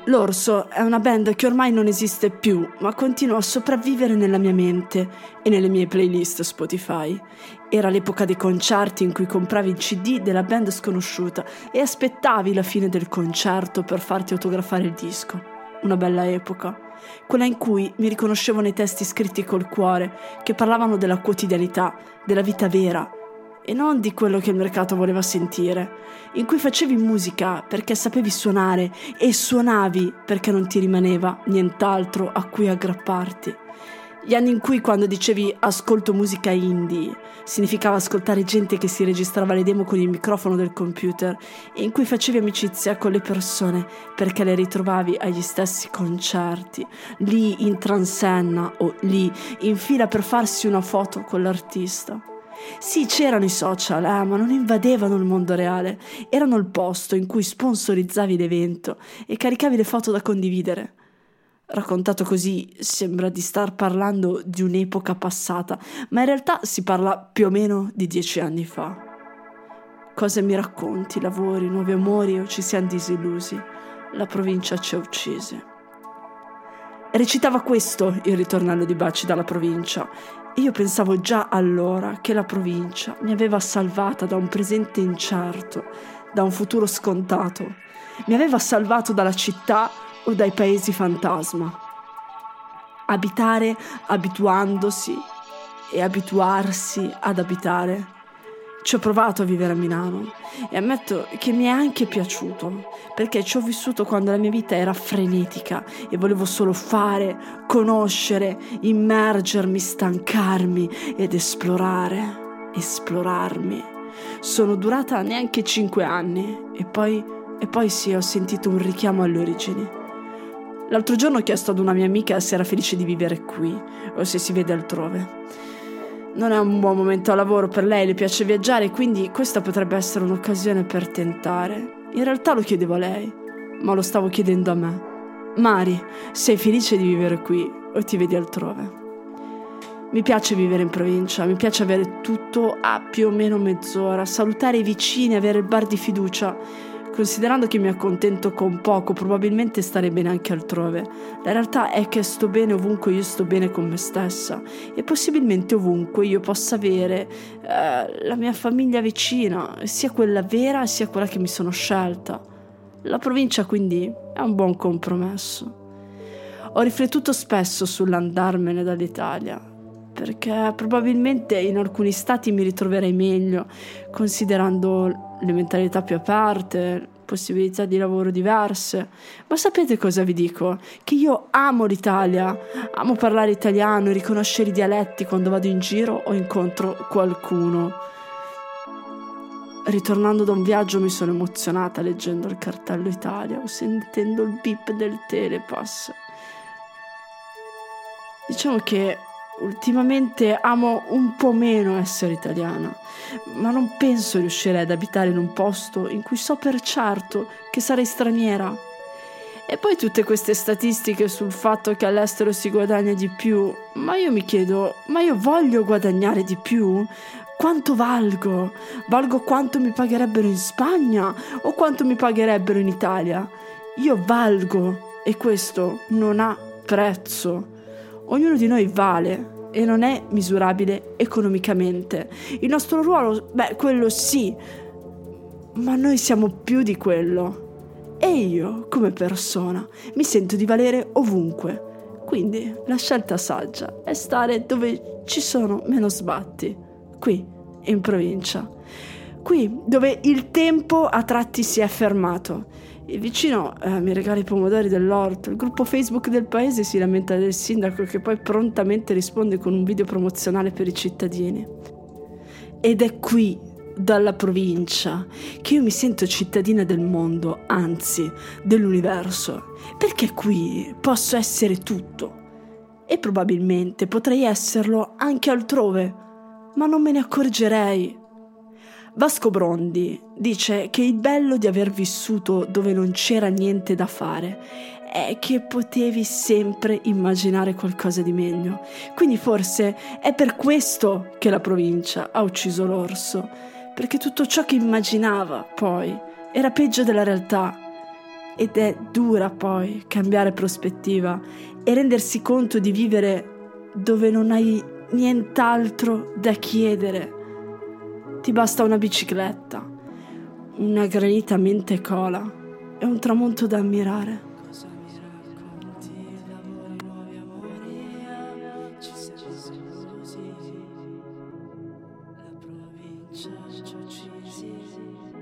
L'Orso è una band che ormai non esiste più, ma continua a sopravvivere nella mia mente e nelle mie playlist Spotify. Era l'epoca dei concerti in cui compravi il CD della band sconosciuta e aspettavi la fine del concerto per farti autografare il disco. Una bella epoca. Quella in cui mi riconoscevo nei testi scritti col cuore, che parlavano della quotidianità, della vita vera, e non di quello che il mercato voleva sentire, in cui facevi musica perché sapevi suonare e suonavi perché non ti rimaneva nient'altro a cui aggrapparti. Gli anni in cui quando dicevi ascolto musica indie significava ascoltare gente che si registrava le demo con il microfono del computer e in cui facevi amicizia con le persone perché le ritrovavi agli stessi concerti, lì in transenna o lì in fila per farsi una foto con l'artista. Sì, c'erano i social, ma non invadevano il mondo reale. Erano il posto in cui sponsorizzavi l'evento e caricavi le foto da condividere. Raccontato così sembra di star parlando di un'epoca passata, ma in realtà si parla più o meno di 10 anni fa. Cosa mi racconti? Lavori, nuovi amori o ci siamo disillusi? La provincia ci ha uccisi. Recitava questo il ritornello di Baci dalla provincia. Io pensavo già allora che la provincia mi aveva salvata da un presente incerto, da un futuro scontato. Mi aveva salvato dalla città o dai paesi fantasma. Abitare abituandosi e abituarsi ad abitare. Ci ho provato a vivere a Milano e ammetto che mi è anche piaciuto, perché ci ho vissuto quando la mia vita era frenetica e volevo solo fare, conoscere, immergermi, stancarmi ed esplorarmi. Sono durata neanche 5 anni e poi sì, ho sentito un richiamo alle origini. L'altro giorno ho chiesto ad una mia amica se era felice di vivere qui o se si vede altrove. Non è un buon momento al lavoro per lei, le piace viaggiare, quindi questa potrebbe essere un'occasione per tentare. In realtà lo chiedevo a lei, ma lo stavo chiedendo a me. Mari, sei felice di vivere qui o ti vedi altrove? Mi piace vivere in provincia, mi piace avere tutto a più o meno mezz'ora, salutare i vicini, avere il bar di fiducia. Considerando che mi accontento con poco, probabilmente starei bene anche altrove. La realtà è che sto bene ovunque io sto bene con me stessa e possibilmente ovunque io possa avere la mia famiglia vicina, sia quella vera sia quella che mi sono scelta. La provincia quindi è un buon compromesso. Ho riflettuto spesso sull'andarmene dall'Italia, perché probabilmente in alcuni stati mi ritroverei meglio, considerando le mentalità più aperte, possibilità di lavoro diverse. Ma sapete cosa vi dico? Che io amo l'Italia, amo parlare italiano, riconoscere i dialetti quando vado in giro o incontro qualcuno. Ritornando da un viaggio mi sono emozionata leggendo il cartello Italia o sentendo il beep del Telepass. Diciamo che ultimamente amo un po' meno essere italiana, ma non penso riuscirei ad abitare in un posto in cui so per certo che sarei straniera. E poi tutte queste statistiche sul fatto che all'estero si guadagna di più, ma io mi chiedo, ma io voglio guadagnare di più? Quanto valgo? Valgo quanto mi pagherebbero in Spagna o quanto mi pagherebbero in Italia? Io valgo e questo non ha prezzo. Ognuno di noi vale e non è misurabile economicamente. Il nostro ruolo, quello sì, ma noi siamo più di quello. E io, come persona, mi sento di valere ovunque. Quindi la scelta saggia è stare dove ci sono meno sbatti, qui, in provincia. Qui, dove il tempo a tratti si è fermato. Il vicino mi regala i pomodori dell'orto, il gruppo Facebook del paese si lamenta del sindaco che poi prontamente risponde con un video promozionale per i cittadini. Ed è qui, dalla provincia, che io mi sento cittadina del mondo, anzi, dell'universo, perché qui posso essere tutto. E probabilmente potrei esserlo anche altrove, ma non me ne accorgerei. Vasco Brondi dice che il bello di aver vissuto dove non c'era niente da fare è che potevi sempre immaginare qualcosa di meglio. Quindi forse è per questo che la provincia ha ucciso l'orso, perché tutto ciò che immaginava poi era peggio della realtà. Ed è dura poi cambiare prospettiva e rendersi conto di vivere dove non hai nient'altro da chiedere. Ti basta una bicicletta, una granita mente cola e un tramonto da ammirare. Cosa mi racconti d'amori, nuovi amori? Ci siamo illusi, la provincia ci ha uccisi.